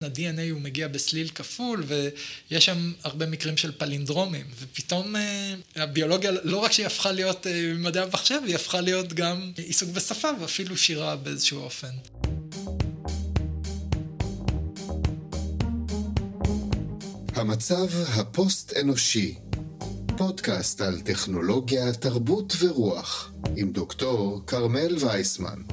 ה-DNA הוא מגיע בסליל כפול, ויש שם הרבה מקרים של פלינדרומים, ופתאום הביולוגיה לא רק שהיא הפכה להיות מדעי המחשב, היא הפכה להיות גם עיסוק בשפה, ואפילו שירה באיזשהו אופן. המצב הפוסט-אנושי, פודקאסט על טכנולוגיה, תרבות ורוח, עם דוקטור קרמל וייסמן.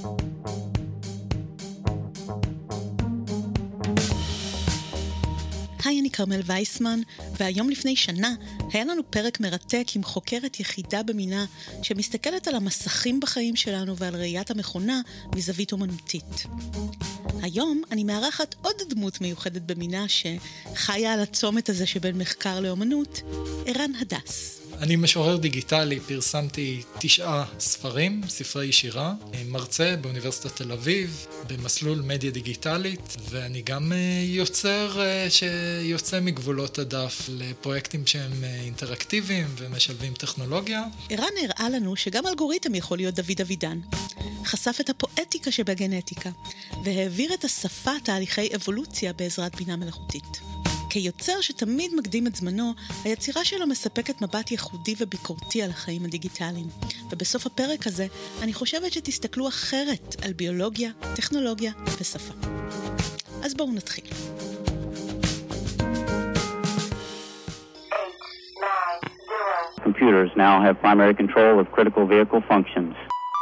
היי, אני קרמל וייסמן, והיום לפני שנה היה לנו פרק מרתק עם חוקרת יחידה במינה שמסתכלת על המסכים בחיים שלנו ועל ראיית המכונה מזווית אומנותית. היום אני מארחת עוד דמות מיוחדת במינה שחיה על הצומת הזה שבין מחקר לאומנות, ערן הדס. אני משורר דיגיטלי, פרסמתי 9 ספרים, ספרי שירה, מרצה באוניברסיטת תל אביב, במסלול מדיה דיגיטלית, ואני גם יוצר שיוצא מגבולות הדף לפרויקטים שהם אינטראקטיביים ומשלבים טכנולוגיה. ערן הראה לנו שגם אלגוריתם יכול להיות דוד אבידן. חשף את הפואטיקה שבגנטיקה, והעביר את השפה תהליכי אבולוציה בעזרת בינה מלאכותית. כיוצר שתמיד מקדים את זמנו, היצירה שלו מספקת מבט ייחודי וביקורתי על החיים הדיגיטליים. ובסוף הפרק הזה, אני חושבת שתסתכלו אחרת על ביולוגיה, טכנולוגיה ושפה. אז בואו נתחיל. Computers now have primary control of critical vehicle functions.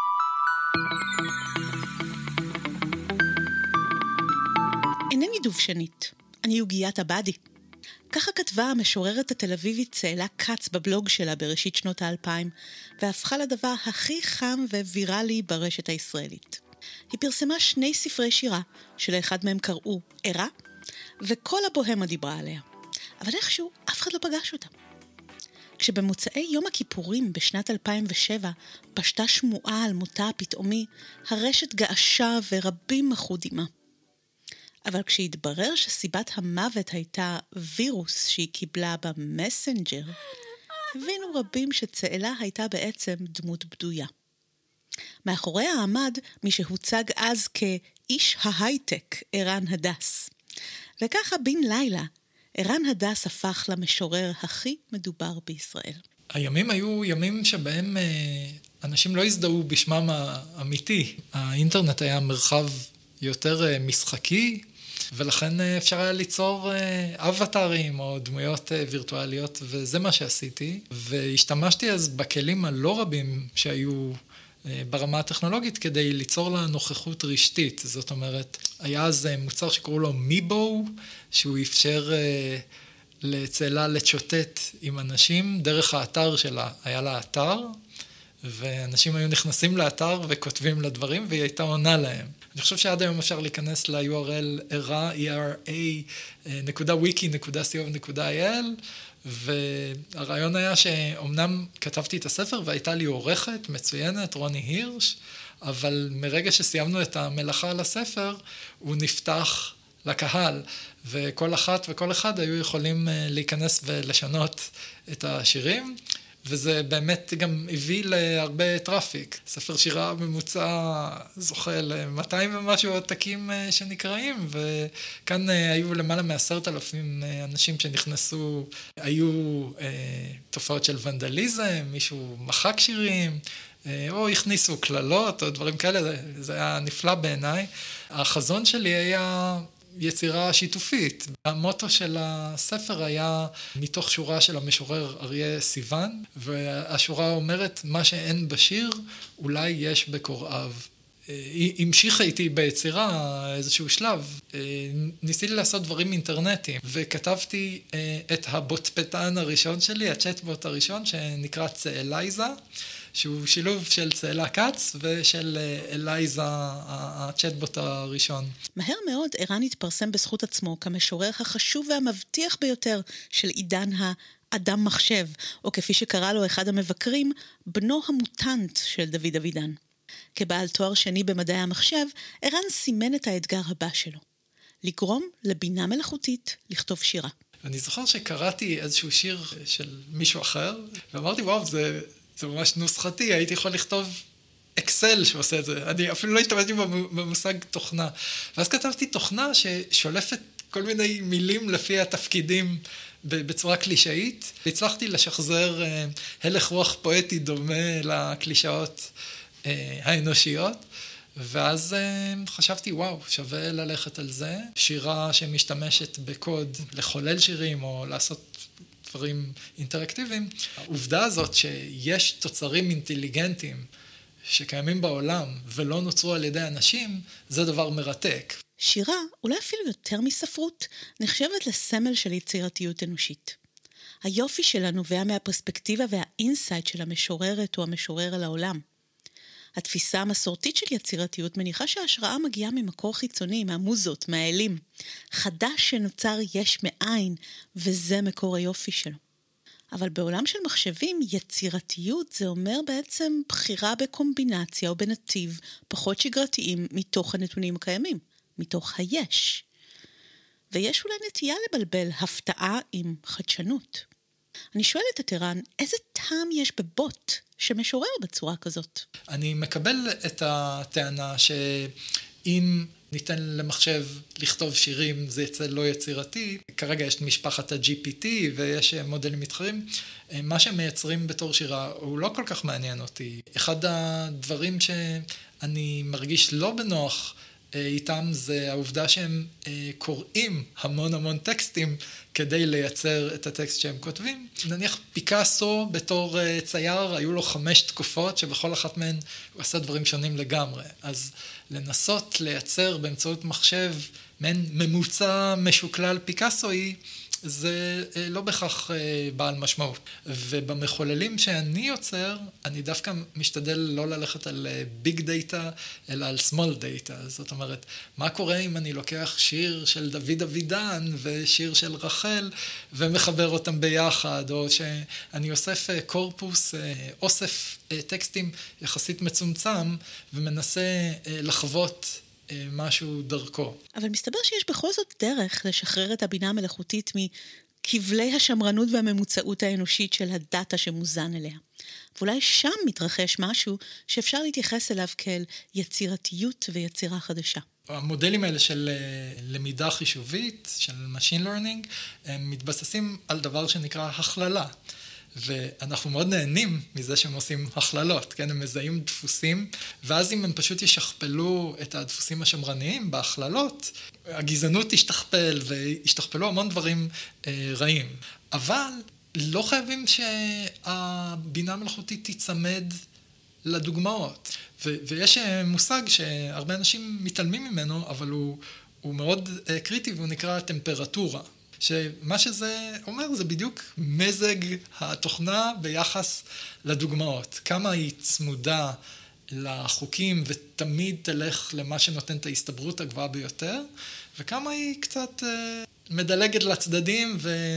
אינני דובשנית. אני יוגיית הבאדי. ככה כתבה המשוררת התל אביבית צאלה קץ בבלוג שלה בראשית שנות ה-2000, והפכה לדבר הכי חם וויראלי ברשת הישראלית. היא פרסמה 2 ספרי שירה, שלאחד מהם קראו ערה, וכל הבוהמה דיברה עליה. אבל איכשהו אף אחד לא פגש אותה. כשבמוצאי יום הכיפורים בשנת 2007 פשטה שמועה על מותה הפתאומי, הרשת געשה ורבים מחו דמעה. אבל כשהתברר שסיבת המוות הייתה וירוס שהיא קיבלה במסנג'ר, הבינו רבים שצאלה הייתה בעצם דמות בדויה. מאחוריה עמד מי שהוצג אז כאיש ההייטק, ערן הדס. וככה בן לילה, ערן הדס הפך למשורר הכי מדובר בישראל. הימים היו ימים שבהם אנשים לא הזדהו בשמם האמיתי. האינטרנט היה מרחב יותר משחקי, ולכן אפשר היה ליצור אבטרים או דמויות וירטואליות, וזה מה שעשיתי. והשתמשתי אז בכלים הלא רבים שהיו ברמה הטכנולוגית כדי ליצור לה נוכחות רשתית. זאת אומרת, היה אז מוצר שקראו לו מיבו, שהוא אפשר לצאלה לצ'וטט עם אנשים דרך האתר שלה. היה לה אתר, ואנשים היו נכנסים לאתר וכותבים לדברים, והיא הייתה עונה להם. אני חושב שעד היום אפשר להיכנס ל-URL era.wiki.co.il, והרעיון היה שאומנם כתבתי את הספר והייתה לי עורכת מצוינת, רוני הירש, אבל מרגע שסיימנו את המלאכה על הספר, הוא נפתח לקהל, וכל אחת וכל אחד היו יכולים להיכנס ולשנות את השירים, וזה באמת גם הביא להרבה טראפיק. ספר שירה ממוצע זוכה ל-200 ומשהו עותקים שנקראים, וכאן היו למעלה מ10,000 אנשים שנכנסו, היו תופעות של ונדליזם, מישהו מחק שירים, או הכניסו כללות או דברים כאלה, זה היה נפלא בעיניי. החזון שלי היה יצירה שיתופית. המוטו של הספר היה מתוך שורה של המשורר אריה סיוון, והשורה אומרת, מה שאין בשיר, אולי יש בקוראיו. היא המשיכה איתי ביצירה איזשהו שלב. ניסיתי לעשות דברים אינטרנטיים, וכתבתי את הבוטפטן הראשון שלי, הצ'טבוט הראשון, שנקרא צאלייזה, שהוא שילוב של צאלה קץ ושל אלייזה, הצ'טבוט הראשון. מהר מאוד ערן התפרסם בזכות עצמו כמשורר החשוב והמבטיח ביותר של עידן האדם מחשב, או כפי שקרא לו אחד המבקרים, בנו המוטנט של דוד אבידן. כבעל תואר שני במדעי המחשב, ערן סימן את האתגר הבא שלו, לגרום לבינה מלאכותית לכתוב שירה. אני זוכר שקראתי איזשהו שיר של מישהו אחר, ואמרתי, וואו, זה ממש נוסחתי, הייתי יכול לכתוב אקסל שעושה את זה, אני אפילו לא השתמשתי במושג תוכנה. ואז כתבתי תוכנה ששולפת כל מיני מילים לפי התפקידים בצורה קלישאית. הצלחתי לשחזר הלך רוח פואטי דומה לקלישאות האנושיות, ואז חשבתי, וואו, שווה ללכת על זה. שירה שמשתמשת בקוד לחולל שירים או לעשות דברים אינטראקטיביים. העובדה הזאת שיש תוצרים אינטליגנטיים שקיימים בעולם ולא נוצרו על ידי אנשים, זה דבר מרתק. שירה, אולי אפילו יותר מספרות, נחשבת לסמל של יצירתיות אנושית. היופי שלה נובע מהפרספקטיבה והאינסייט של המשוררת או המשורר על העולם. התפיסה המסורתית של יצירתיות מניחה שההשראה מגיעה ממקור חיצוני, מהמוזות, מהאלים. חדש שנוצר יש מאין, וזה מקור היופי שלו. אבל בעולם של מחשבים, יצירתיות זה אומר בעצם בחירה בקומבינציה או בנתיב פחות שגרתיים מתוך הנתונים הקיימים, מתוך היש. ויש אולי נטייה לבלבל הפתעה עם חדשנות. אני שואלת את ערן, איזה טעם יש בבוט שמשורר בצורה כזאת? אני מקבל את הטענה שאם ניתן למחשב לכתוב שירים, זה יצא לא יצירתי. כרגע יש משפחת ה-GPT ויש מודלים מתחרים. מה שהם מייצרים בתור שירה הוא לא כל כך מעניין אותי. אחד הדברים שאני מרגיש לא בנוח איתם זה העובדה שהם קוראים המון טקסטים כדי לייצר את הטקסט שהם כותבים. נניח פיקאסו בתור צייר, היו לו 5 תקופות שבכל אחת מהן הוא עשה דברים שונים לגמרי. אז לנסות לייצר באמצעות מחשב מעין ממוצע משוקלל פיקאסואי, זה לא בכך בעל משמעות. ובמחוללים שאני יוצר, אני דווקא משתדל לא ללכת על ביג דאטה, אלא על סמול דאטה. זאת אומרת, מה קורה אם אני לוקח שיר של דוד אבידן ושיר של רחל, ומחבר אותם ביחד, או שאני אוסף קורפוס, אוסף טקסטים יחסית מצומצם, ומנסה לחוות משהו דרכו. אבל מסתבר שיש בכל זאת דרך לשחרר את הבינה המלאכותית מכבלי השמרנות והממוצעות האנושית של הדאטה שמוזן אליה. ואולי שם מתרחש משהו שאפשר להתייחס אליו כאל יצירתיות ויצירה חדשה. המודלים האלה של למידה חישובית, של Machine Learning, הם מתבססים על דבר שנקרא הכללה. ואנחנו מאוד נהנים מזה שהם עושים הכללות, כן? הם מזהים דפוסים, ואז אם הם פשוט ישכפלו את הדפוסים השמרניים בהכללות, הגזענות תשתכפל, וישתכפלו המון דברים רעים. אבל לא חייבים שהבינה המלאכותית תיצמד לדוגמאות. ויש מושג שהרבה אנשים מתעלמים ממנו, אבל הוא מאוד קריטי, והוא נקרא טמפרטורה. שמה שזה אומר זה בדיוק מזג התוכנה ביחס לדוגמאות. כמה היא צמודה לחוקים ותמיד תלך למה שנותן את ההסתברות הגבוהה ביותר, וכמה היא קצת מדלגת לצדדים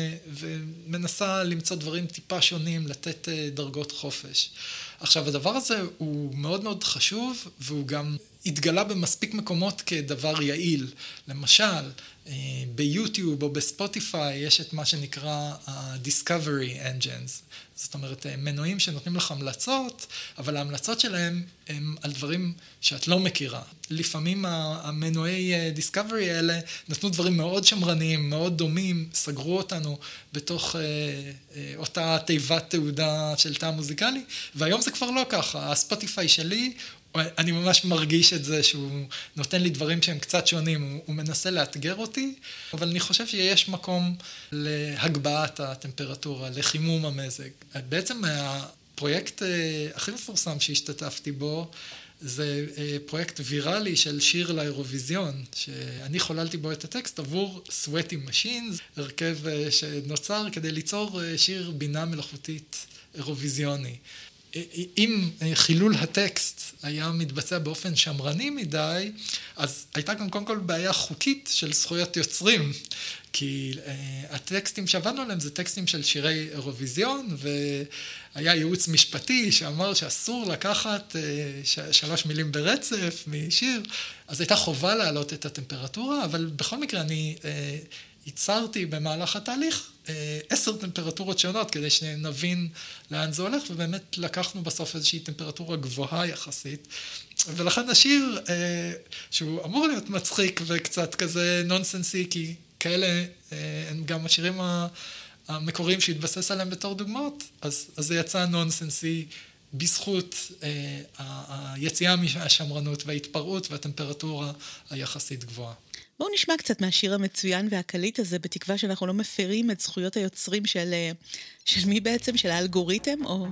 ומנסה למצוא דברים טיפה שונים, לתת דרגות חופש. עכשיו, הדבר הזה הוא מאוד מאוד חשוב, והוא גם התגלה במספיק מקומות כדבר יעיל. למשל, ביוטיוב או בספוטיפיי יש את מה שנקרא ה-Discovery Engines. זאת אומרת, מנועים שנותנים לך המלצות, אבל ההמלצות שלהם הם על דברים שאת לא מכירה. לפעמים המנועי Discovery האלה נתנו דברים מאוד שמרניים, מאוד דומים, סגרו אותנו בתוך אותה תיבת תעודה של תא מוזיקלי, והיום זה כבר לא ככה. הספוטיפיי שלי, אני ממש מרגיש את זה שהוא נותן לי דברים שהם קצת שונים, הוא מנסה לאתגר אותי, אבל אני חושב שיש מקום להגבהת הטמפרטורה, לחימום המזג. בעצם הפרויקט הכי מפורסם שהשתתפתי בו, זה פרויקט ויראלי של שיר לאירוויזיון, שאני חוללתי בו את הטקסט עבור Sweaty Machines, הרכב שנוצר כדי ליצור שיר בינה מלאכותית אירוויזיוני. אם חילול הטקסט היה מתבצע באופן שמרני מדי, אז הייתה גם קודם כל בעיה חוקית של זכויות יוצרים, כי הטקסטים שעבדנו עליהם זה טקסטים של שירי אירוויזיון, והיה ייעוץ משפטי שאמר שאסור לקחת 3 מילים ברצף משיר, אז הייתה חובה להעלות את הטמפרטורה, אבל בכל מקרה אני ייצרתי במהלך התהליך 10 טמפרטורות שונות, כדי שנבין לאן זה הולך, ובאמת לקחנו בסוף איזושהי טמפרטורה גבוהה יחסית, ולכן השיר, שהוא אמור להיות מצחיק וקצת כזה נונסנסי, כי כאלה הם גם השירים המקוריים שהתבסס עליהם בתור דוגמאות, אז זה יצא נונסנסי בזכות היציאה מהשמרנות וההתפרעות והטמפרטורה היחסית גבוהה. בואו נשמע קצת מהשיר המצוין והקליט הזה, בתקווה שאנחנו לא מפרים את זכויות היוצרים של מי בעצם? של האלגוריתם? או...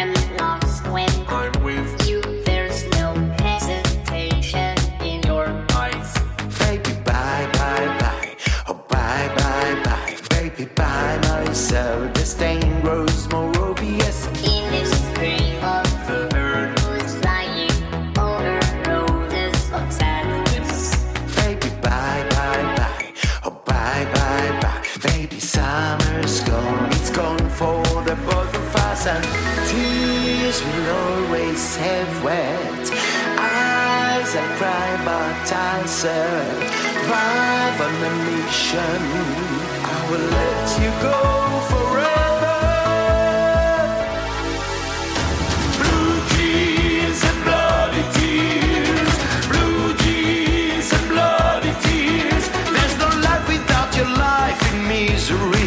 Tears will always have wet eyes that cry, but I'll survive on a mission. I will let you go forever. Blue jeans and bloody tears, blue jeans and bloody tears. There's no life without your life in misery.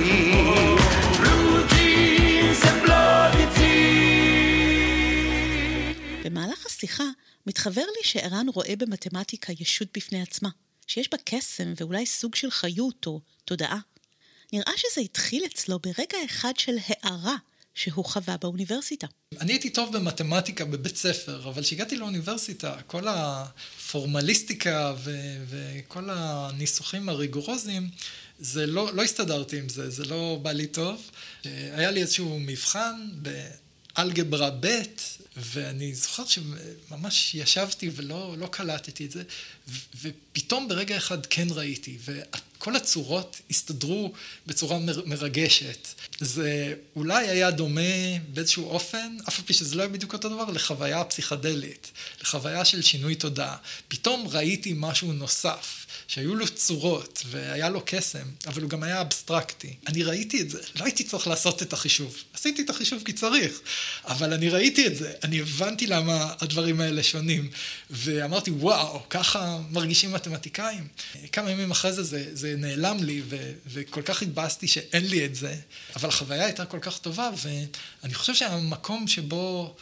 במהלך השיחה מתחבר לי שערן רואה במתמטיקה ישות בפני עצמה, שיש בה קסם ואולי סוג של חיות או תודעה. נראה שזה התחיל אצלו ברגע אחד של הערה שהוא חווה באוניברסיטה. אני הייתי טוב במתמטיקה בבית ספר, אבל כשהגעתי לאוניברסיטה, כל הפורמליסטיקה וכל הניסוחים הריגורוזיים, זה לא הסתדרתי עם זה, זה לא בא לי טוב. היה לי איזשהו מבחן באלגברה ב', ואני זוכר שממש ישבתי ולא קלטתי את זה, ופתאום ברגע אחד כן ראיתי, וכל הצורות הסתדרו בצורה מרגשת. זה אולי היה דומה באיזשהו אופן, אף על פי שזה לא היה בדיוק אותו דבר, לחוויה פסיכדלית, לחוויה של שינוי תודעה. פתאום ראיתי משהו נוסף, שהיו לו צורות והיה לו קסם, אבל הוא גם היה אבסטרקטי. אני ראיתי את זה, לא הייתי צריך לעשות את החישוב. עשיתי את החישוב כי צריך, אבל אני ראיתי את זה, אני הבנתי למה הדברים האלה שונים, ואמרתי, וואו, ככה מרגישים מתמטיקאים. כמה ימים אחרי זה נעלם לי, וכל כך התבאסתי שאין לי את זה, אבל החוויה הייתה כל כך טובה, ואני חושב שהמקום שבו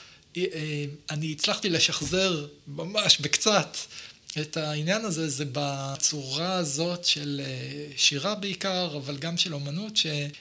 אני הצלחתי לשחזר ממש בקצת, את העניין הזה זה בצורה הזאת של שירה בעיקר, אבל גם של אומנות,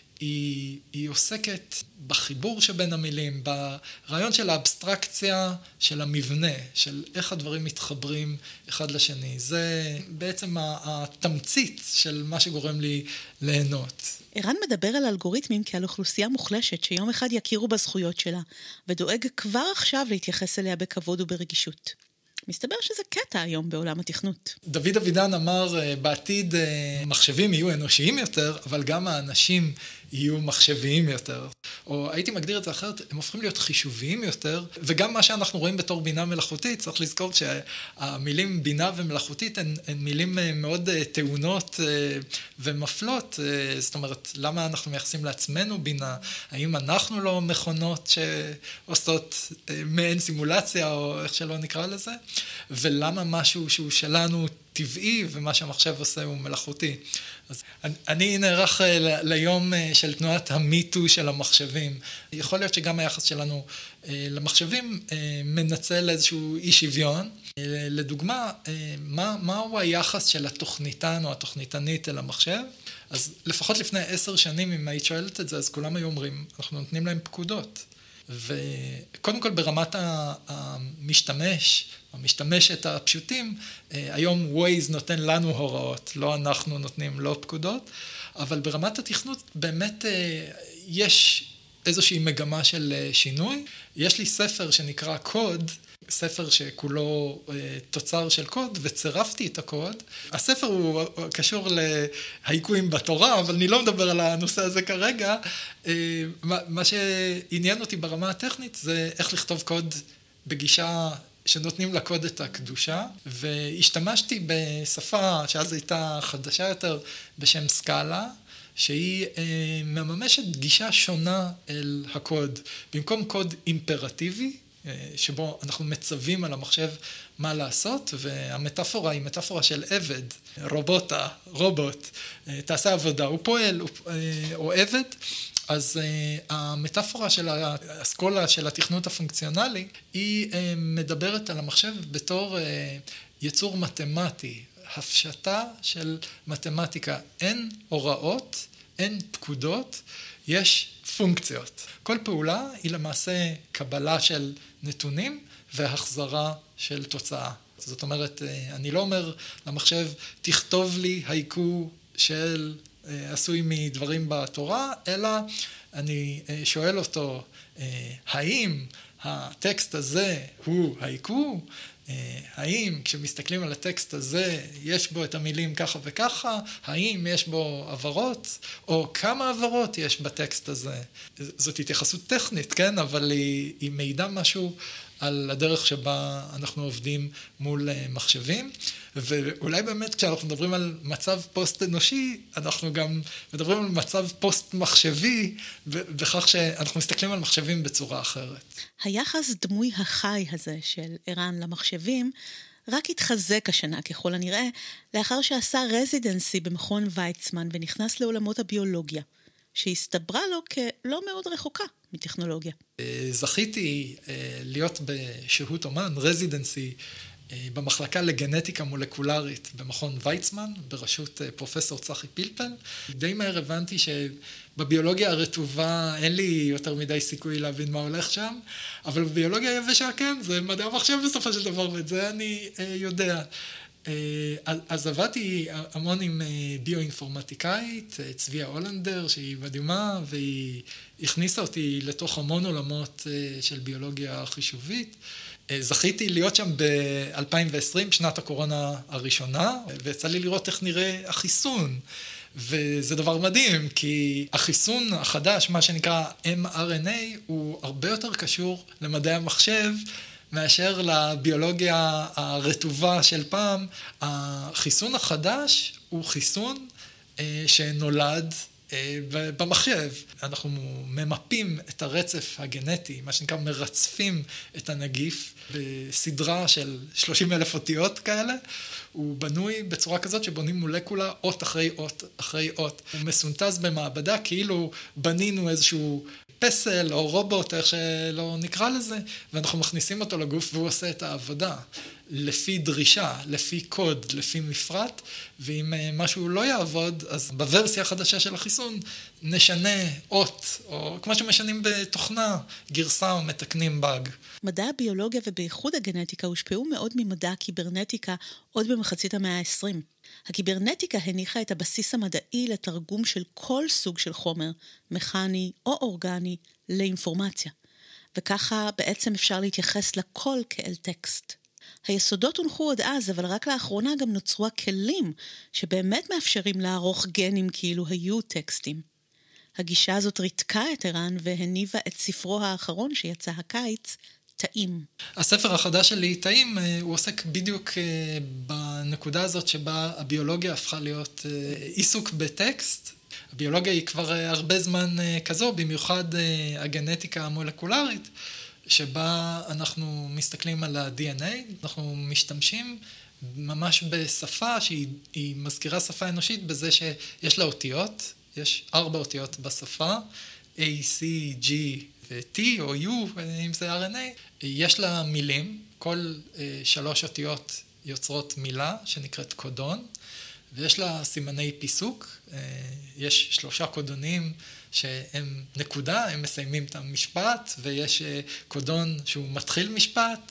שהיא עוסקת בחיבור שבין המילים, ברעיון של האבסטרקציה של המבנה, של איך הדברים מתחברים אחד לשני. זה בעצם התמצית של מה שגורם לי ליהנות. ערן מדבר על אלגוריתמים כעל אוכלוסייה מוחלשת שיום אחד יכירו בזכויות שלה, ודואג כבר עכשיו להתייחס אליה בכבוד וברגישות. מסתבר שזה קטע היום בעולם התכנות. דוד אבידן אמר, בעתיד מחשבים יהיו אנושיים יותר, אבל גם האנשים יהיו מחשביים יותר. או הייתי מגדיר את זה אחרת, הם הופכים להיות חישוביים יותר, וגם מה שאנחנו רואים בתור בינה מלאכותית, צריך לזכור שהמילים בינה ומלאכותית הן מילים מאוד טעונות ומפלות. זאת אומרת, למה אנחנו מייחסים לעצמנו בינה? האם אנחנו לא מכונות שעושות מעין סימולציה, או איך שלא נקרא לזה? ולמה משהו שהוא שלנו טבעי, ומה שהמחשב עושה הוא מלאכותי. אז אני נערך ליום של תנועת המיטו של המחשבים. יכול להיות שגם היחס שלנו למחשבים מנצל איזשהו אי שוויון. לדוגמה, מהו היחס של התוכניתן או התוכניתנית אל המחשב? אז לפחות לפני 10 שנים, אם היית שואלת את זה, אז כולם היו אומרים, אנחנו נותנים להם פקודות. וקודם כל ברמת המשתמשת הפשוטים, היום Waze נותן לנו הוראות, לא אנחנו נותנים לו פקודות, אבל ברמת התכנות באמת יש איזושהי מגמה של שינוי. יש לי ספר שנקרא קוד, ספר שכולו תוצר של קוד, וצירפתי את הקוד. הספר הוא קשור להיקויים בתורה, אבל אני לא מדבר על הנושא הזה כרגע. מה שעניין אותי ברמה הטכנית זה איך לכתוב קוד בגישה שנותנים לקוד את הקדושה, והשתמשתי בשפה שאז הייתה חדשה יותר בשם סקאלה, שהיא מממשת גישה שונה אל הקוד. במקום קוד אימפרטיבי, שבו אנחנו מצווים על המחשב מה לעשות, והמטאפורה היא מטאפורה של עבד, רובוט, תעשה עבודה, הוא פועל, או עבד, אז המטאפורה של האסכולה של התכנות הפונקציונלי, היא מדברת על המחשב בתור יצור מתמטי, הפשטה של מתמטיקה. אין הוראות, אין פקודות, יש פונקציות. כל פעולה היא למעשה קבלה של נתונים והחזרה של תוצאה. זאת אומרת, אני לא אומר למחשב, תכתוב לי הייקו של עשוי מדברים בתורה, אלא אני שואל אותו, האם הטקסט הזה הוא הייקו? האם כשמסתכלים על הטקסט הזה יש בו את המילים ככה וככה? האם יש בו עברות? או כמה עברות יש בטקסט הזה? זאת התייחסות טכנית, כן? אבל היא מעידה משהו על הדרך שבה אנחנו עובדים מול מחשבים, ואולי באמת כשאנחנו מדברים על מצב פוסט-אנושי, אנחנו גם מדברים על מצב פוסט-מחשבי, בכך שאנחנו מסתכלים על מחשבים בצורה אחרת. היחס דמוי החי הזה של ערן למחשבים, רק התחזק השנה ככל הנראה, לאחר שעשה רזידנסי במכון ויצמן ונכנס לעולמות הביולוגיה, שהסתברה לו כלא מאוד רחוקה מטכנולוגיה. זכיתי להיות בשהות אומן, רזידנסי, במחלקה לגנטיקה מולקולרית במכון ויצמן, בראשות פרופסור צחי פלפל. די מהר הבנתי שבביולוגיה הרטובה אין לי יותר מדי סיכוי להבין מה הולך שם, אבל בביולוגיה היבשה כן, זה מדעי המחשב בסופו של דבר, ואת זה אני יודע. אז עבדתי המון עם ביואינפורמטיקאית, צביה הולנדר, שהיא מדהימה, והיא הכניסה אותי לתוך המון עולמות של ביולוגיה חישובית. זכיתי להיות שם ב-2020, שנת הקורונה הראשונה, ויצא לי לראות איך נראה החיסון. וזה דבר מדהים, כי החיסון החדש, מה שנקרא mRNA, הוא הרבה יותר קשור למדעי המחשב, מאשר לביולוגיה הרטובה של פעם. החיסון החדש הוא חיסון שנולד במחשב. אנחנו ממפים את הרצף הגנטי, מה שנקרא מרצפים את הנגיף בסדרה של 30,000 אותיות כאלה. הוא בנוי בצורה כזאת שבונים מולקולה אות אחרי אות אחרי אות. הוא מסונטז במעבדה כאילו בנינו איזשהו פסל או רובוט, איך שלא נקרא לזה, ואנחנו מכניסים אותו לגוף והוא עושה את העבודה לפי דרישה, לפי קוד, לפי מפרט, ואם משהו לא יעבוד, אז בוורסיה החדשה של החיסון נשנה אות, או כמו שמשנים בתוכנה, גרסה או מתקנים באג. מדע הביולוגיה ובייחוד הגנטיקה הושפעו מאוד ממדע הקיברנטיקה עוד במחצית המאה ה-20. הקיברנטיקה הניחה את הבסיס המדעי לתרגום של כל סוג של חומר, מכני או אורגני, לאינפורמציה. וככה בעצם אפשר להתייחס לכל כאל טקסט. היסודות הונחו עוד אז, אבל רק לאחרונה גם נוצרו הכלים שבאמת מאפשרים לערוך גנים כאילו היו טקסטים. הגישה הזאת ריתקה את ערן והניבה את ספרו האחרון שיצא הקיץ, תאים. הספר החדש שלי, תאים, הוא עוסק בדיוק בנקודה הזאת שבה הביולוגיה הפכה להיות עיסוק בטקסט. הביולוגיה היא כבר הרבה זמן כזו, במיוחד הגנטיקה המולקולרית, שבה אנחנו מסתכלים על ה-DNA, אנחנו משתמשים ממש בשפה שהיא מזכירה שפה אנושית בזה שיש לה אותיות, יש 4 אותיות בשפה, A, C, G ו-T או U, אם זה RNA, יש לה מילים, כל 3 אותיות יוצרות מילה שנקראת קודון, ויש לה סימני פיסוק, יש 3 קודונים שהם נקודה, הם מסיימים את המשפט, ויש קודון שהוא מתחיל משפט,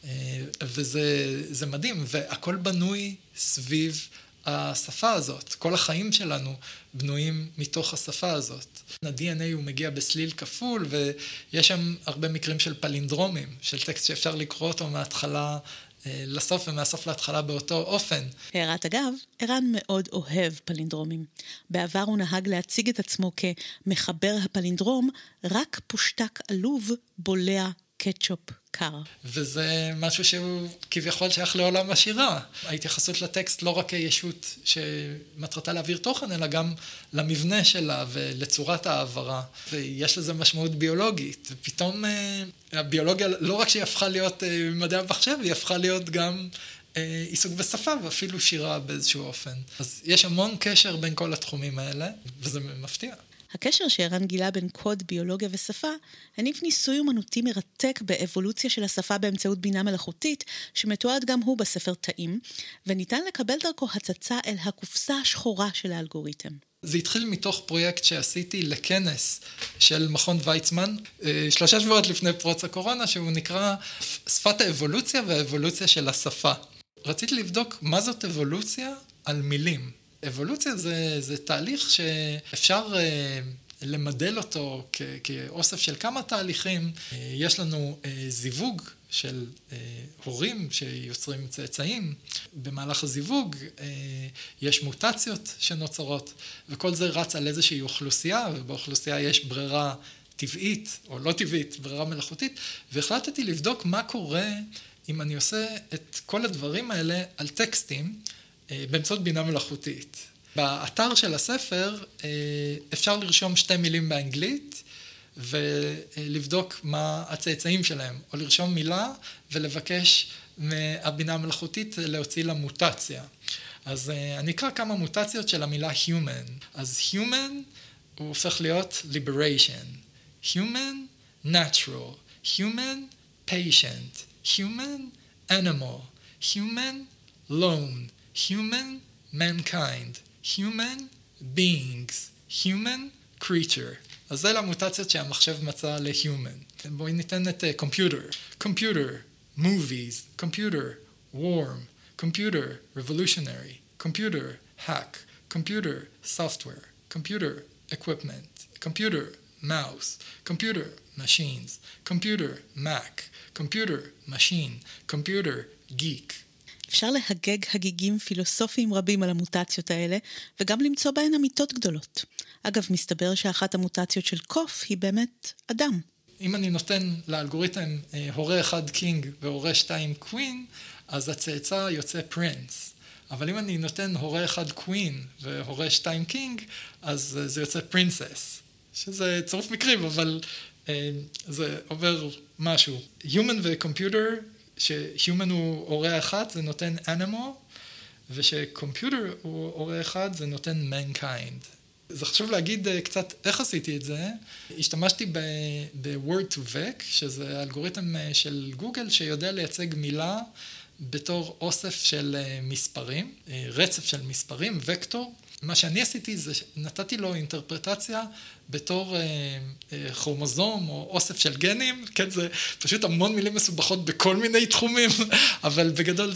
וזה מדהים, והכל בנוי סביב השפה הזאת. כל החיים שלנו בנויים מתוך השפה הזאת. ה-DNA הוא מגיע בסליל כפול, ויש שם הרבה מקרים של פלינדרומים, של טקסט שאפשר לקרוא אותו מההתחלה לסוף ומהסוף להתחלה באותו אופן. הערת אגב, ערן מאוד אוהב פלינדרומים. בעבר הוא נהג להציג את עצמו כמחבר הפלינדרום, רק פושטק עלוב בולע קטשופ קר. וזה משהו שהוא כביכול שייך לעולם השירה. ההתייחסות לטקסט לא רק כישות שמטרתה להעביר תוכן, אלא גם למבנה שלה ולצורת העברה. ויש לזה משמעות ביולוגית. ופתאום הביולוגיה לא רק שהיא הפכה להיות מדעי המחשב, היא הפכה להיות גם עיסוק בשפה ואפילו שירה באיזשהו אופן. אז יש המון קשר בין כל התחומים האלה, וזה מפתיע. הקשר שערן גילה בין קוד, ביולוגיה ושפה, הניב ניסוי אומנותי מרתק באבולוציה של השפה באמצעות בינה מלאכותית, שמתועד גם הוא בספר תאים, וניתן לקבל דרכו הצצה אל הקופסה השחורה של האלגוריתם. זה התחיל מתוך פרויקט שעשיתי לכנס של מכון ויצמן, 3 שבועות לפני פרוץ הקורונה, שהוא נקרא שפת האבולוציה והאבולוציה של השפה. רציתי לבדוק מה זאת אבולוציה על מילים. אבולוציה זה תהליך שאפשר למדל אותו כאוסף של כמה תהליכים. יש לנו זיווג של הורים שיוצרים צאצאים. במהלך הזיווג יש מוטציות שנוצרות, וכל זה רץ על איזושהי אוכלוסייה, ובאוכלוסייה יש ברירה טבעית או לא טבעית, ברירה מלאכותית, והחלטתי לבדוק מה קורה אם אני עושה את כל הדברים האלה על טקסטים, באמצעות בינה מלאכותית. באתר של הספר אפשר לרשום 2 מילים באנגלית ולבדוק מה הצאצאים שלהם, או לרשום מילה ולבקש מהבינה המלאכותית להוציא לה מוטציה. אז אני אקרא כמה מוטציות של המילה human. אז human הוא הופך להיות liberation, human natural, human patient, human animal, human lone, human, mankind, human, beings, human, creature. אז זה למוטציות שהמחשב מצא ל-human. בואי ניתן את computer. Computer, movies, computer, warm, computer, revolutionary, computer, hack, computer, software, computer, equipment, computer, mouse, computer, machines, computer, Mac, computer, machine, computer, geek. אפשר להגג הגיגים פילוסופיים רבים על המוטציות האלה, וגם למצוא בהן אמיתות גדולות. אגב, מסתבר שאחת המוטציות של קוף היא באמת אדם. אם אני נותן לאלגוריתם הורה 1 קינג והורה 2 קווין, אז הצאצא יוצא פרינס. אבל אם אני נותן הורה 1 קווין והורה 2 קינג, אז זה יוצא פרינסס. שזה צירוף מקרים, אבל זה עובר משהו. Human ו-computer, ש-human הוא הורה 1, זה נותן animal, וש-computer הוא הורה 1, זה נותן mankind. זה חשוב להגיד קצת איך עשיתי את זה. השתמשתי ב-word to vec, שזה אלגוריתם של גוגל, שיודע לייצג מילה בתור אוסף של מספרים, רצף של מספרים, וקטור. מה שאני עשיתי זה נתתי לו אינטרפרטציה בתור כרומוזום או אוסף של גנים, כן, זה פשוט המון מילים מסובכות בכל מיני תחומים, אבל בגדול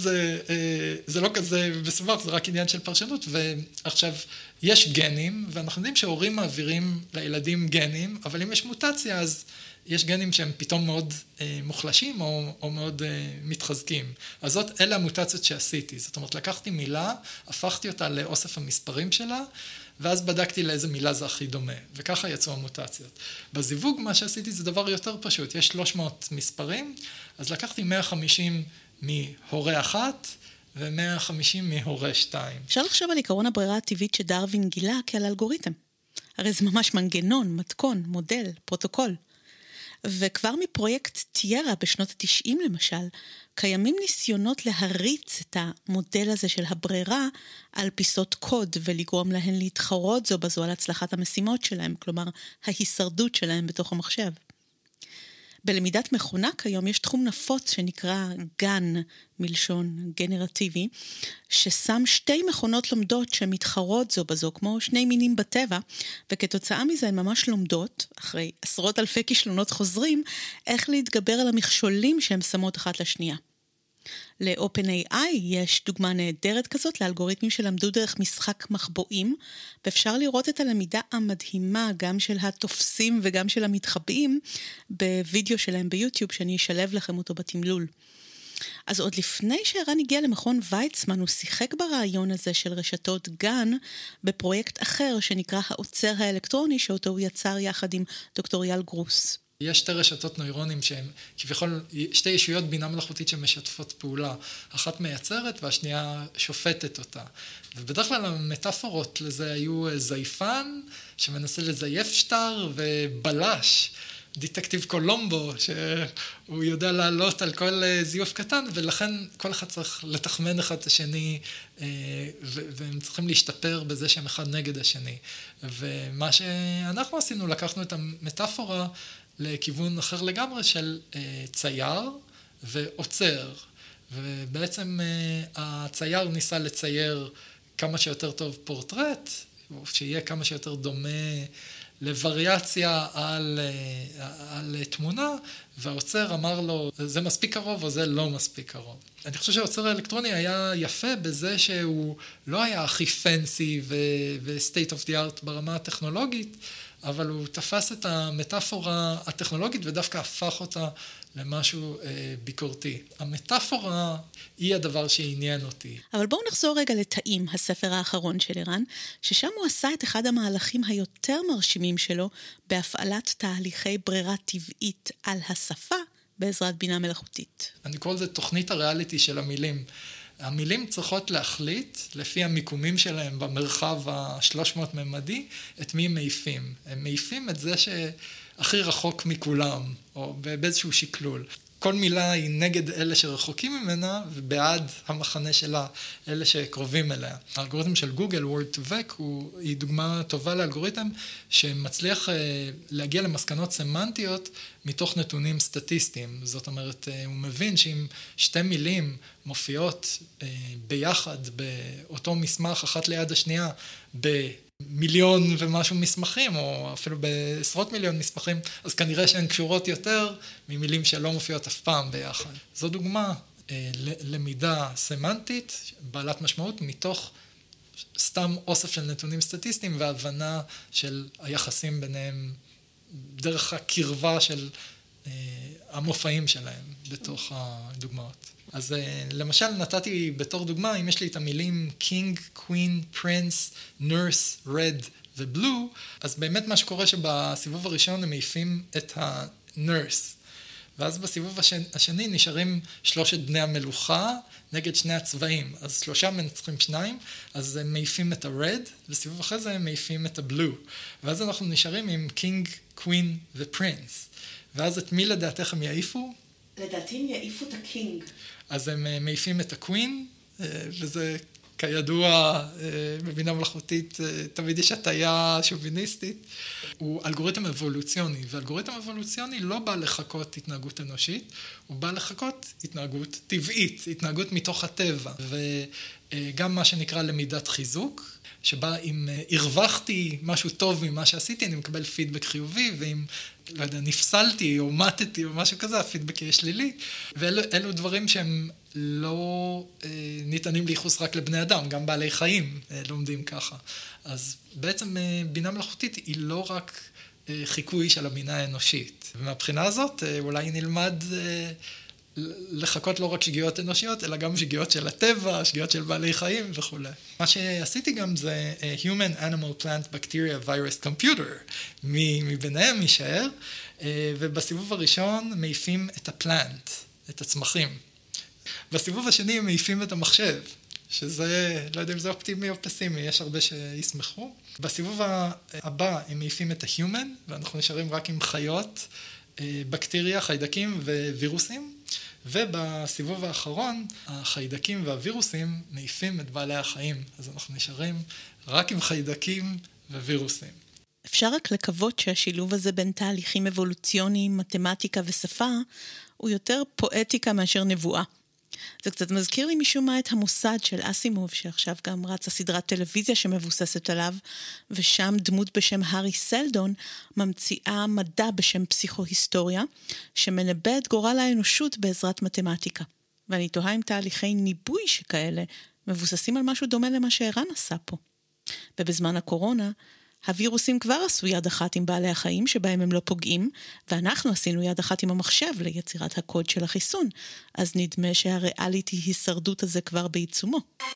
זה לא כזה מסובך, זה רק עניין של פרשנות. ועכשיו יש גנים, ואנחנו יודעים שהורים מעבירים לילדים גנים, אבל אם יש מוטציה אז יש גנים שהם פתאום מאוד מוחלשים או מאוד מתחזקים. אז אלה המוטציות שעשיתי. זאת אומרת, לקחתי מילה, הפכתי אותה לאוסף המספרים שלה, ואז בדקתי לאיזה מילה זה הכי דומה. וככה יצאו המוטציות. בזיווג מה שעשיתי זה דבר יותר פשוט. יש 300 מספרים, אז לקחתי 150 מהורה 1, ו-150 מהורה 2. אפשר לחשוב על עיקרון הברירה הטבעית שדרווין גילה כעל אלגוריתם. הרי זה ממש מנגנון, מתכון, מודל, פרוטוקול. וכבר מפרויקט טיירה בשנות ה-90 למשל, קיימים ניסיונות להריץ את המודל הזה של הברירה על פיסות קוד ולגרום להן להתחרות זו בזו על הצלחת המשימות שלהם, כלומר ההישרדות שלהם בתוך המחשב. בלמידת מכונה כיום יש תחום נפוץ שנקרא גן, מלשון גנרטיבי, ששם 2 מכונות לומדות שמתחרות זו בזו, כמו 2 מינים בטבע, וכתוצאה מזה הן ממש לומדות, אחרי עשרות אלפי כישלונות חוזרים, איך להתגבר על המכשולים שהן שמות אחת לשנייה. ל-OpenAI יש דוגמה נהדרת כזאת לאלגוריתמים שלמדו דרך משחק מחבואים, ואפשר לראות את הלמידה המדהימה גם של התופסים וגם של המתחבאים בווידאו שלהם ביוטיוב, שאני אשלב לכם אותו בתמלול. אז עוד לפני שערן הגיע למכון ויצמן, הוא שיחק ברעיון הזה של רשתות גן בפרויקט אחר שנקרא האוצר האלקטרוני, שאותו הוא יצר יחד עם דוקטור יאל גרוס. יש שתי רשתות נוירונים שהן כביכול שתי ישויות בינה מלאכותית שמשתפות פעולה. אחת מייצרת והשנייה שופטת אותה. ובדרך כלל המטאפורות לזה היו זייפן שמנסה לזייף שטר ובלש. דטקטיב קולומבו, שהוא יודע לעלות על כל זיוף קטן, ולכן כל אחד צריך לתחמן אחד את השני, והם צריכים להשתפר בזה שהם אחד נגד השני. ומה שאנחנו עשינו, לקחנו את המטאפורה לכיוון אחר לגמרי של צייר ועוצר. ובעצם הצייר ניסה לצייר כמה שיותר טוב פורטרט, שיהיה כמה שיותר דומה לווריאציה על תמונה, והעוצר אמר לו, זה מספיק קרוב או זה לא מספיק קרוב. אני חושב שהעוצר האלקטרוני היה יפה בזה שהוא לא היה הכי פנסי ו-state of the art ברמה הטכנולוגית, אבל הוא תפס את המטאפורה הטכנולוגית ודווקא הפך אותה למשהו ביקורתי. המטאפורה היא הדבר שעניין אותי. אבל בואו נחזור רגע לתאים, הספר האחרון של ערן, ששם הוא עשה את אחד המהלכים היותר מרשימים שלו בהפעלת תהליכי ברירה טבעית על השפה בעזרת בינה מלאכותית. אני קורא לזה תוכנית הריאליטי של המילים. המילים צריכות להחליט, לפי המיקומים שלהם במרחב ה-300 ממדי, את מי הם מעיפים. הם מעיפים את זה שהכי רחוק מכולם, או באיזשהו שקלול. כל מילה היא נגד אלה שרחוקים ממנה, ובעד המחנה שלה, אלה שקרובים אליה. האלגוריתם של גוגל, Word to Vec, היא דוגמה טובה לאלגוריתם שמצליח להגיע למסקנות סמנטיות מתוך נתונים סטטיסטיים. זאת אומרת, הוא מבין שאם שתי מילים מופיעות ביחד באותו מסמך אחת ליד השנייה, במיליון ומשהו מסמכים, או אפילו בעשרות מיליון מסמכים, אז כנראה שהן קשורות יותר ממילים שלא מופיעות אף פעם ביחד. זו דוגמה ללמידה סמנטית, בעלת משמעות, מתוך סתם אוסף של נתונים סטטיסטיים, והבנה של היחסים ביניהם, דרך הקרבה של המופעים שלהם בתוך הדוגמאות. אז למשל נתתי בתור דוגמה, אם יש לי את המילים King, Queen, Prince, Nurse, Red ו-Blue, אז באמת מה שקורה שבסיבוב הראשון הם מעיפים את ה-Nurse. ואז בסיבוב השני נשארים שלושת בני המלוכה נגד שני הצבעים. אז שלושה מנצחים שניים, אז הם מעיפים את ה-Red, וסיבוב אחרי זה הם מעיפים את ה-Blue. ואז אנחנו נשארים עם King, Queen ו-Prince. ואז את מי לדעתך הם יעיפו? לדעתי הם יעיפו את הקינג. אז הם מעיפים את הקווין, וזה כידוע בבינה מלאכותית, תמיד יש הטיה שוביניסטית. הוא אלגוריתם אבולוציוני, ואלגוריתם אבולוציוני לא בא לחכות התנהגות אנושית, הוא בא לחכות התנהגות טבעית, התנהגות מתוך הטבע, וגם מה שנקרא למידת חיזוק, שבה אם הרווחתי משהו טוב ממה שעשיתי, אני מקבל פידבק חיובי, ואם, לא יודע, נפסלתי או מתתי או משהו כזה, הפידבק יהיה שלילי. ואלו דברים שהם לא ניתנים לייחוס רק לבני אדם, גם בעלי חיים לומדים ככה. אז בעצם בינה מלאכותית היא לא רק חיקוי של הבינה האנושית. ומהבחינה הזאת אולי נלמד לחכות לא רק שגיאות אנושיות, אלא גם שגיאות של הטבע, שגיאות של בעלי חיים וכו'. מה שעשיתי גם זה Human Animal Plant Bacteria Virus Computer, מביניהם יישאר, ובסיבוב הראשון מעיפים את הפלנט, את הצמחים. בסיבוב השני הם מעיפים את המחשב, שזה, לא יודע אם זה אופטימי או פסימי, יש הרבה שישמחו. בסיבוב הבא הם מעיפים את ה-Human, ואנחנו נשארים רק עם חיות, בקטריה, חיידקים ווירוסים, ובסיבוב האחרון, החיידקים והווירוסים מעיפים את בעלי החיים, אז אנחנו נשארים רק עם חיידקים ווירוסים. אפשר רק לקוות שהשילוב הזה בין תהליכים אבולוציוניים, מתמטיקה ושפה, הוא יותר פואטיקה מאשר נבואה. זה קצת מזכיר לי משום מה את המוסד של אסימוב, שעכשיו גם רצה סדרת טלוויזיה שמבוססת עליו, ושם דמות בשם הארי סלדון ממציאה מדע בשם פסיכוהיסטוריה, שמנבא את גורל האנושות בעזרת מתמטיקה. ואני תוהה אם תהליכי ניבוי שכאלה מבוססים על משהו דומה למה שערן עשה פה. ובזמן הקורונה, הווירוסים כבר עשו יד אחת עם בעלי החיים שבהם הם לא פוגעים, ואנחנו עשינו יד אחת עם המחשב ליצירת הקוד של החיסון, אז נדמה שהריאליטי הישרדות הזה כבר בעיצומו.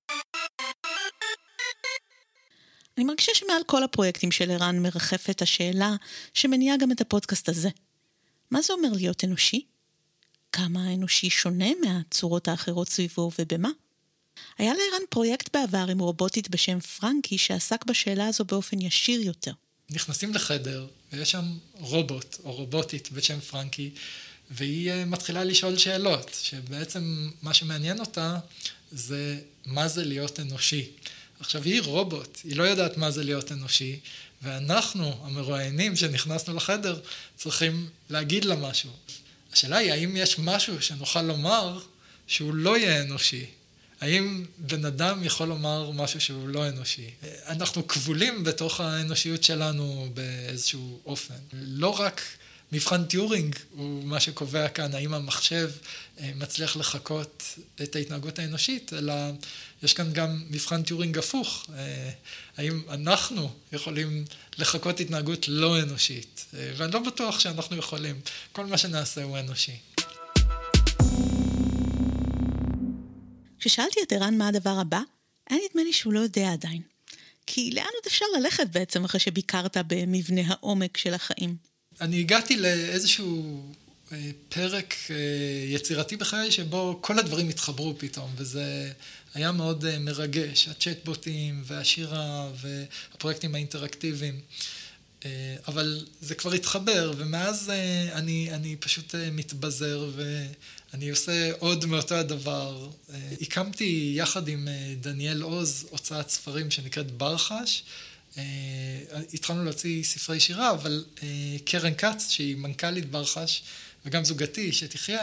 אני מרגישה שמעל כל הפרויקטים של ערן מרחפת השאלה שמניעה גם את הפודקאסט הזה. מה זה אומר להיות אנושי? כמה האנושי שונה מהצורות האחרות סביבו ובמה? היה לערן פרויקט בעבר עם רובוטית בשם פרנקי שעסק בשאלה הזו באופן ישיר יותר. נכנסים לחדר ויש שם רובוט או רובוטית בשם פרנקי, והיא מתחילה לשאול שאלות, שבעצם מה שמעניין אותה זה מה זה להיות אנושי. עכשיו היא רובוט, היא לא יודעת מה זה להיות אנושי, ואנחנו, המרואיינים שנכנסנו לחדר, צריכים להגיד לה משהו. השאלה היא, האם יש משהו שנוכל לומר שהוא לא יהיה אנושי? האם בן אדם יכול לומר משהו שהוא לא אנושי? אנחנו כבולים בתוך האנושיות שלנו באיזשהו אופן. לא רק מבחן טיורינג הוא מה שקובע כאן, האם המחשב מצליח לחקות את ההתנהגות האנושית, אלא יש כאן גם מבחן טיורינג הפוך. האם אנחנו יכולים לחקות התנהגות לא אנושית? ואני לא בטוח שאנחנו יכולים. כל מה שנעשה הוא אנושי. כששאלתי את ערן מה הדבר הבא, היה נדמה לי שהוא לא יודע עדיין. כי לאן עוד אפשר ללכת בעצם אחרי שביקרת במבנה העומק של החיים? אני הגעתי לאיזשהו פרק יצירתי בחיי שבו כל הדברים התחברו פתאום, וזה היה מאוד מרגש, הצ'טבוטים והשירה והפרויקטים האינטראקטיביים. אבל זה כבר התחבר, ומאז אני פשוט מתבזר ואני עושה עוד מאותו הדבר. הקמתי יחד עם דניאל עוז הוצאת ספרים שנקראת ברחש. התחלנו להוציא ספרי שירה, אבל קרן קץ, שהיא מנכ"לית ברחש, וגם זוגתי שתחיה,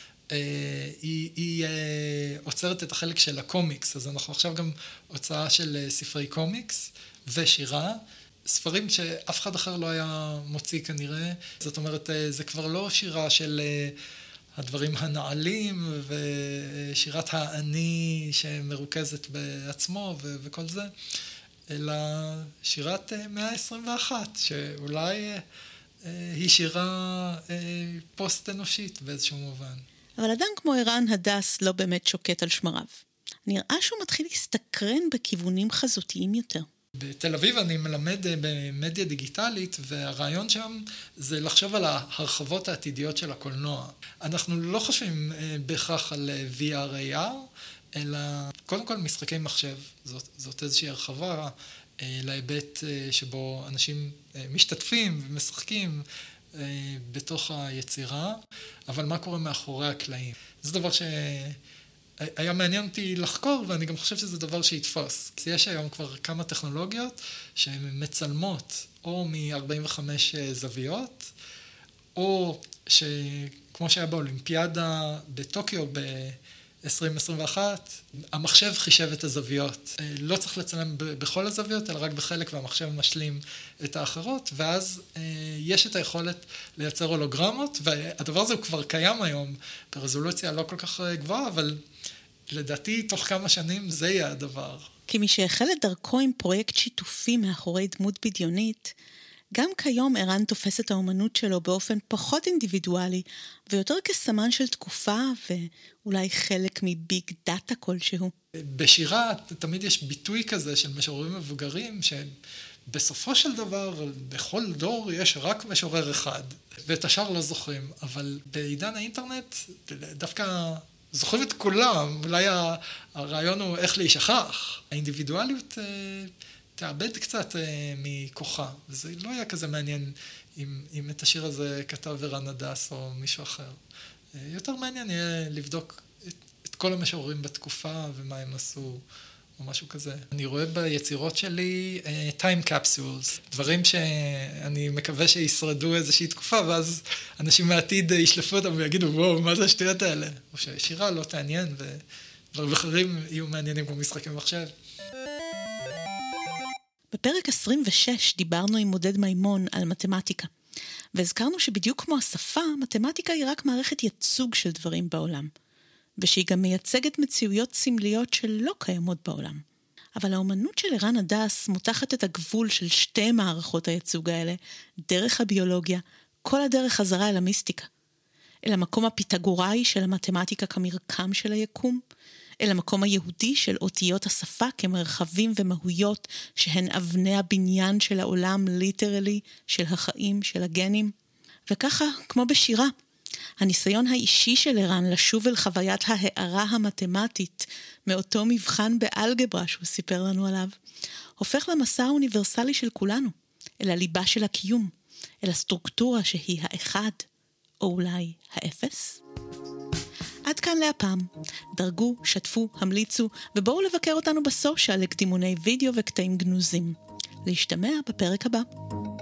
היא עוצרת את החלק של הקומיקס, אז אנחנו עכשיו גם הוצאה של ספרי קומיקס ושירה, ספרים שאף אחד אחר לא היה מוציא כנראה. זאת אומרת, זה כבר לא שירה של הדברים הנעלים ושירת האני שמרוכזת בעצמו וכל זה, אלא שירת מאה ה-21, שאולי היא שירה פוסט-אנושית באיזשהו מובן. אבל אדם כמו ערן הדס לא באמת שוקט על שמריו. נראה שהוא מתחיל להסתקרן בכיוונים חזותיים יותר. בתל אביב אני מלמד במדיה דיגיטלית, והרעיון שם זה לחשוב על ההרחבות העתידיות של הקולנוע. אנחנו לא חושבים בהכרח על VR, AR, אלא קודם כל משחקי מחשב. זאת איזושהי הרחבה להיבט שבו אנשים משתתפים ומשחקים בתוך היצירה, אבל מה קורה מאחורי הקלעים? זה דבר היה מעניין אותי לחקור, ואני גם חושב שזה דבר שיתפוס. יש היום כבר כמה טכנולוגיות שהן מצלמות או מ-45 זוויות, או שכמו שהיה באולימפיאדה בטוקיו ב-2021, המחשב חישב את הזוויות. לא צריך לצלם בכל הזוויות, אלא רק בחלק, והמחשב משלים את האחרות, ואז יש את היכולת לייצר הולוגרמות, והדבר הזה הוא כבר קיים היום ברזולוציה לא כל כך גבוהה, אבל לדעתי תוך כמה שנים זה יהיה הדבר. כי מי שהחל את דרכו עם פרויקט שיתופי מאחורי דמות בדיונית, גם כיום ערן תופס את האומנות שלו באופן פחות אינדיבידואלי, ויותר כסמן של תקופה, ואולי חלק מביג דאטה כלשהו. בשירה תמיד יש ביטוי כזה של משוררים מבוגרים, שבסופו של דבר בכל דור יש רק משורר אחד, ואת השאר לא זוכרים, אבל בעידן האינטרנט דווקא זוכרים את כולם. אולי הרעיון הוא איך להישכח. האינדיבידואליות תאבד קצת מכוחה, וזה לא היה כזה מעניין אם את השיר הזה כתב ערן הדס או מישהו אחר. יותר מעניין יהיה לבדוק את כל המשוררים בתקופה ומה הם עשו או משהו כזה. אני רואה ביצירות שלי time capsules, דברים שאני מקווה שישרדו איזושהי תקופה, ואז אנשים מהעתיד ישלפו אותם ויגידו, וואו, מה זה השטויות האלה? או שהשירה לא תעניין ודברים אחרים יהיו מעניינים כמו משחקי מחשב. בפרק 26 דיברנו עם מודד מימון על מתמטיקה, והזכרנו שבדיוק כמו השפה, מתמטיקה היא רק מערכת ייצוג של דברים בעולם, ושהיא גם מייצגת מציאויות סמליות שלא קיימות בעולם. אבל האומנות של ערן הדס מותחת את הגבול של שתי מערכות הייצוג האלה, דרך הביולוגיה, כל הדרך חזרה אל המיסטיקה. אל המקום הפיתגוראי של המתמטיקה כמרקם של היקום, אל המקום היהודי של אותיות השפה כמרחבים ומהויות שהן אבני הבניין של העולם ליטרלי, של החיים, של הגנים. וככה, כמו בשירה, הניסיון האישי של ערן לשוב אל חוויית ההערה המתמטית מאותו מבחן באלגברה שהוא סיפר לנו עליו, הופך למסע האוניברסלי של כולנו, אל הליבה של הקיום, אל הסטרוקטורה שהיא האחד, או אולי האפס. עד כאן להפעם. דרגו, שתפו, המליצו, ובואו לבקר אותנו בסושיאל לקדימוני וידאו וקטעים גנוזים. להשתמע בפרק הבא.